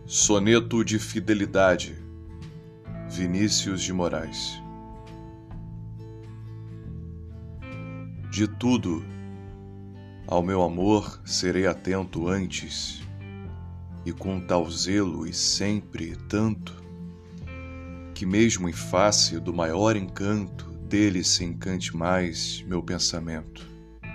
Soneto de Fidelidade, Vinícius de Moraes. De tudo, ao meu amor serei atento antes, e com tal zelo e sempre tanto, que mesmo em face do maior encanto, dele se encante mais meu pensamento.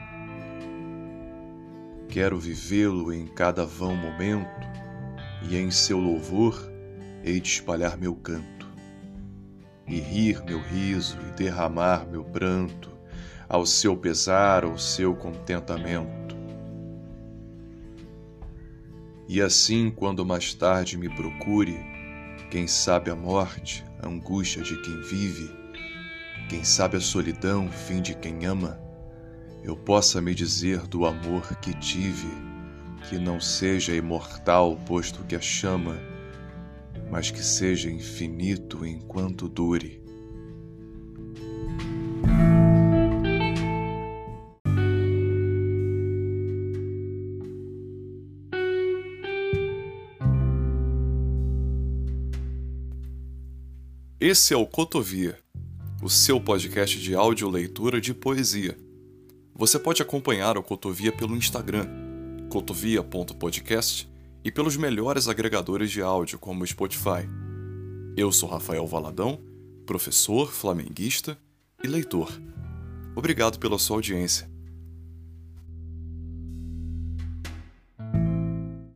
Quero vivê-lo em cada vão momento, e em seu louvor hei de espalhar meu canto, e rir meu riso e derramar meu pranto, ao seu pesar ou seu contentamento. E assim, quando mais tarde me procure, quem sabe a morte, a angústia de quem vive, quem sabe a solidão, fim de quem ama, eu possa me dizer do amor que tive, que não seja imortal, posto que a chama, mas que seja infinito enquanto dure. Esse é o Cotovia, o seu podcast de áudio-leitura de poesia. Você pode acompanhar o Cotovia pelo Instagram, cotovia.podcast, e pelos melhores agregadores de áudio, como o Spotify. Eu sou Rafael Valadão, professor, flamenguista e leitor. Obrigado pela sua audiência.